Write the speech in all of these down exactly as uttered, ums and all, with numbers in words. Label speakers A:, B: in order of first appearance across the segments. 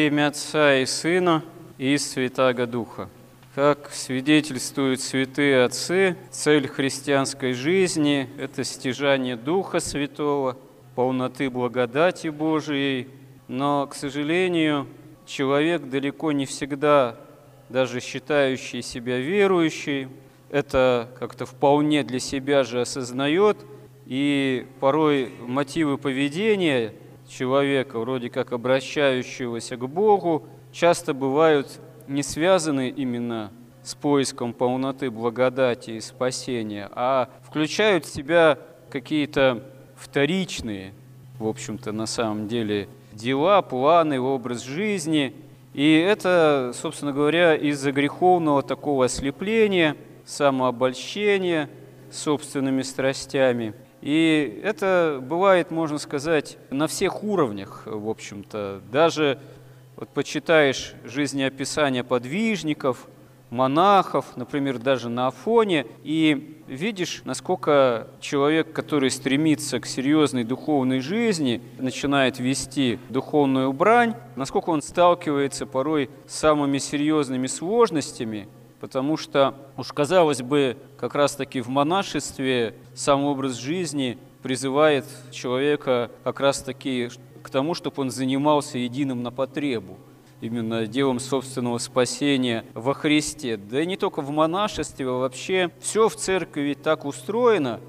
A: имя Отца и Сына и Святаго Духа. Как свидетельствуют святые отцы, цель христианской жизни – это стяжание Духа Святого, полноты благодати Божией. Но, к сожалению, человек далеко не всегда, даже считающий себя верующий, это как-то вполне для себя же осознает, и порой мотивы поведения человека, вроде как обращающегося к Богу, часто бывают не связаны именно с поиском полноты благодати и спасения, а включают в себя какие-то вторичные, в общем-то, на самом деле, дела, планы, образ жизни. И это, собственно говоря, из-за греховного такого ослепления, самообольщения собственными страстями. И это бывает, можно сказать, на всех уровнях, в общем-то. Даже вот почитаешь жизнеописания подвижников, монахов, например, даже на Афоне, и видишь, насколько человек, который стремится к серьезной духовной жизни, начинает вести духовную брань, насколько он сталкивается порой с самыми серьезными сложностями, потому что, уж казалось бы, как раз-таки в монашестве сам образ жизни призывает человека как раз-таки к тому, чтобы он занимался единым на потребу, именно делом собственного спасения во Христе. Да и не только в монашестве, а вообще все в церкви так устроено,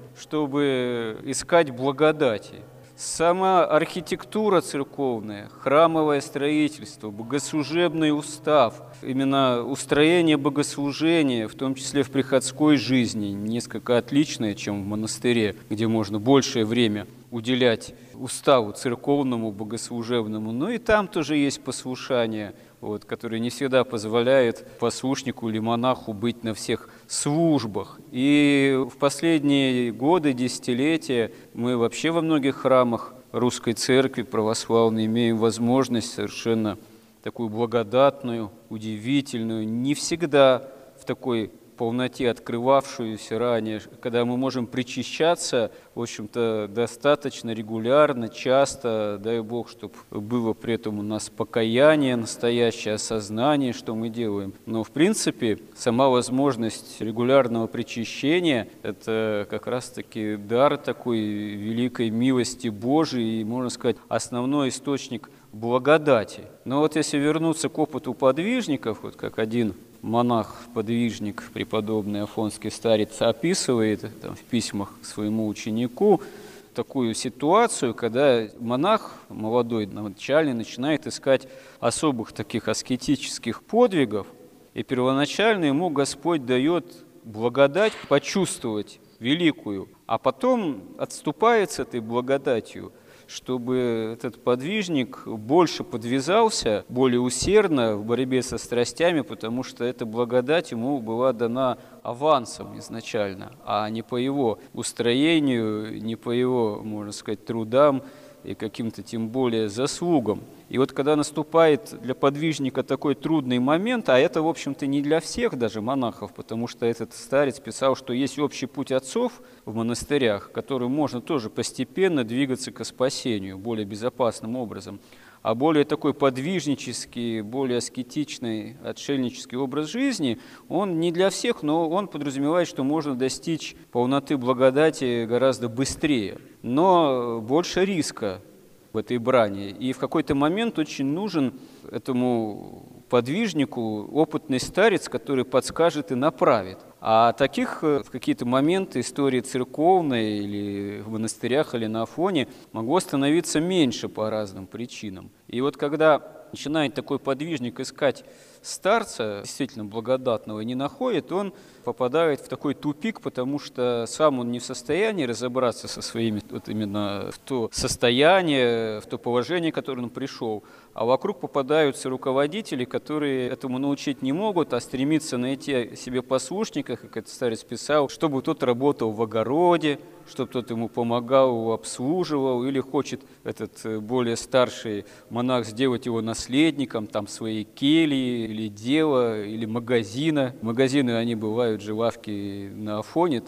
A: чтобы искать благодати. Сама архитектура церковная, храмовое строительство, богослужебный устав, именно устроение богослужения, в том числе в приходской жизни, несколько отличное, чем в монастыре, где можно большее время уделять уставу церковному, богослужебному. Но и там тоже есть послушание, вот, которое не всегда позволяет послушнику или монаху быть на всех службах. И в последние годы, десятилетия мы вообще во многих храмах русской церкви православной имеем возможность совершенно такую благодатную, удивительную, не всегда в такой полноте открывавшуюся ранее, когда мы можем причащаться, в общем-то, достаточно регулярно, часто, дай Бог, чтобы было при этом у нас покаяние, настоящее осознание, что мы делаем. Но, в принципе, сама возможность регулярного причащения – это как раз-таки дар такой великой милости Божией и, можно сказать, основной источник благодати. Но вот если вернуться к опыту подвижников, вот как один монах-подвижник, преподобный афонский старец, описывает там, в письмах к своему ученику такую ситуацию, когда монах молодой, начальный, начинает искать особых таких аскетических подвигов, и первоначально ему Господь дает благодать почувствовать великую, а потом отступает с этой благодатью, чтобы этот подвижник больше подвязался, более усердно в борьбе со страстями, потому что эта благодать ему была дана авансом изначально, а не по его устроению, не по его, можно сказать, трудам и каким-то тем более заслугам. И вот когда наступает для подвижника такой трудный момент, а это, в общем-то, не для всех даже монахов, потому что этот старец писал, что есть общий путь отцов в монастырях, которым можно тоже постепенно двигаться к спасению более безопасным образом. А более такой подвижнический, более аскетичный, отшельнический образ жизни, он не для всех, но он подразумевает, что можно достичь полноты благодати гораздо быстрее. Но больше риска в этой брани. И в какой-то момент очень нужен этому подвижнику опытный старец, который подскажет и направит. А таких в какие-то моменты истории церковной или в монастырях, или на Афоне могло становиться меньше по разным причинам. И вот когда начинает такой подвижник искать старца, действительно благодатного, не находит, он попадает в такой тупик, потому что сам он не в состоянии разобраться со своими, вот именно в то состояние, в то положение, в которое он пришел, а вокруг попадаются руководители, которые этому научить не могут, а стремятся найти себе послушника, как этот старец писал, чтобы тот работал в огороде, чтобы тот ему помогал, обслуживал, или хочет этот более старший монах сделать его наследником там своей кельи или дела, или магазина. Магазины, они бывают же, лавки на Афоне, там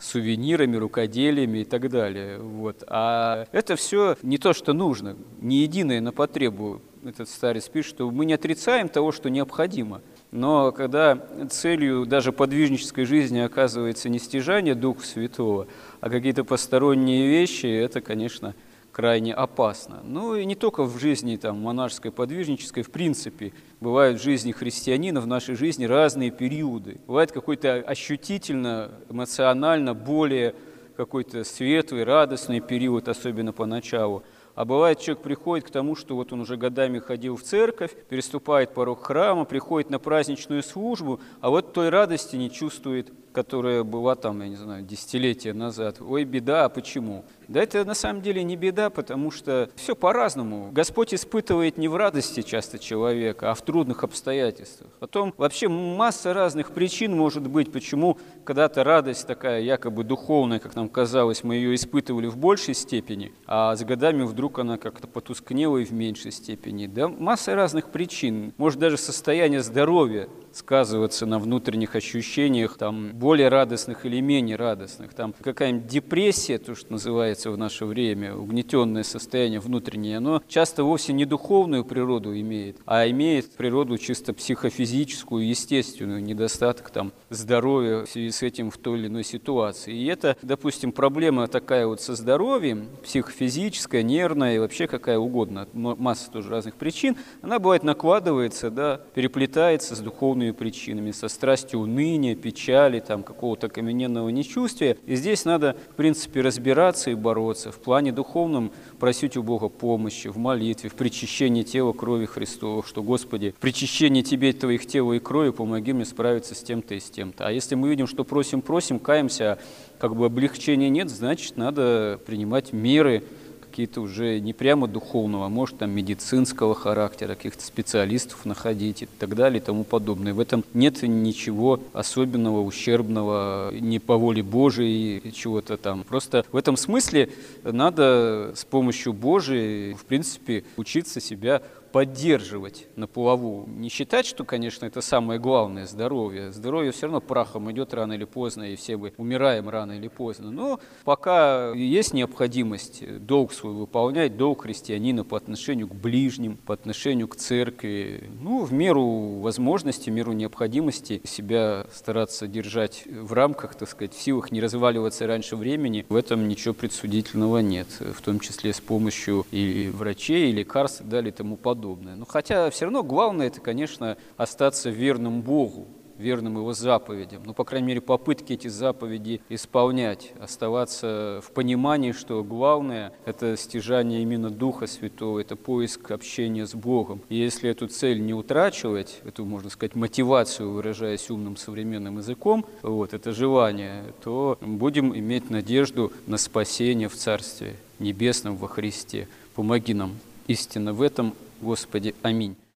A: сувенирами, рукоделиями и так далее. Вот. А это все не то, что нужно, не единое на потребу. Этот старец пишет, что мы не отрицаем того, что необходимо. Но когда целью даже подвижнической жизни оказывается не стяжание Духа Святого, а какие-то посторонние вещи, это, конечно, крайне опасно. Ну и не только в жизни там, монашеской, подвижнической, в принципе, бывают в жизни христианина, в нашей жизни разные периоды. Бывает какой-то ощутительно, эмоционально более какой-то светлый, радостный период, особенно поначалу. А бывает, человек приходит к тому, что вот он уже годами ходил в церковь, переступает порог храма, приходит на праздничную службу, а вот той радости не чувствует, которая была там, я не знаю, десятилетия назад. Ой, беда, а почему? Да это на самом деле не беда, потому что все по-разному. Господь испытывает не в радости часто человека, а в трудных обстоятельствах. Потом вообще масса разных причин может быть, почему когда-то радость такая якобы духовная, как нам казалось, мы ее испытывали в большей степени, а с годами вдруг она как-то потускнела и в меньшей степени. Да, масса разных причин. Может даже состояние здоровья сказываться на внутренних ощущениях, там, более радостных или менее радостных. Там какая-нибудь депрессия, то, что называется в наше время, угнетенное состояние внутреннее, оно часто вовсе не духовную природу имеет, а имеет природу чисто психофизическую, естественную, недостаток там, здоровья в связи с этим в той или иной ситуации. И это, допустим, проблема такая вот со здоровьем, психофизическая, нервная и вообще какая угодно, масса тоже разных причин, она бывает накладывается, да, переплетается с духовной причинами, со страстью уныния, печали, там, какого-то каменного нечувствия. И здесь надо, в принципе, разбираться и бороться. В плане духовном просить у Бога помощи, в молитве, в причащении тела крови Христова, что, Господи, в причащении Тебе Твоих тела и крови помоги мне справиться с тем-то и с тем-то. А если мы видим, что просим-просим, каемся, а как бы облегчения нет, значит, надо принимать меры, какие-то уже не прямо духовного, а может там медицинского характера, каких-то специалистов находить и так далее и тому подобное. В этом нет ничего особенного, ущербного, не по воле Божией, чего-то там. Просто в этом смысле надо с помощью Божией, в принципе, учиться себя поддерживать на плаву. Не считать, что, конечно, это самое главное здоровье. Здоровье все равно прахом идет рано или поздно, и все мы умираем рано или поздно. Но пока есть необходимость долг свой выполнять, долг христианина по отношению к ближним, по отношению к церкви, ну, в меру возможности, в меру необходимости себя стараться держать в рамках, так сказать, в силах не разваливаться раньше времени, в этом ничего предсудительного нет, в том числе с помощью и врачей, и лекарств и далее и тому подобное. Но хотя все равно главное это, конечно, остаться верным Богу, верным Его заповедям. Ну, по крайней мере, попытки эти заповеди исполнять, оставаться в понимании, что главное – это стяжание именно Духа Святого, это поиск общения с Богом. И если эту цель не утрачивать, эту, можно сказать, мотивацию, выражаясь умным современным языком, вот, это желание, то будем иметь надежду на спасение в Царстве Небесном во Христе. Помоги нам истинно в этом, Господи. Аминь.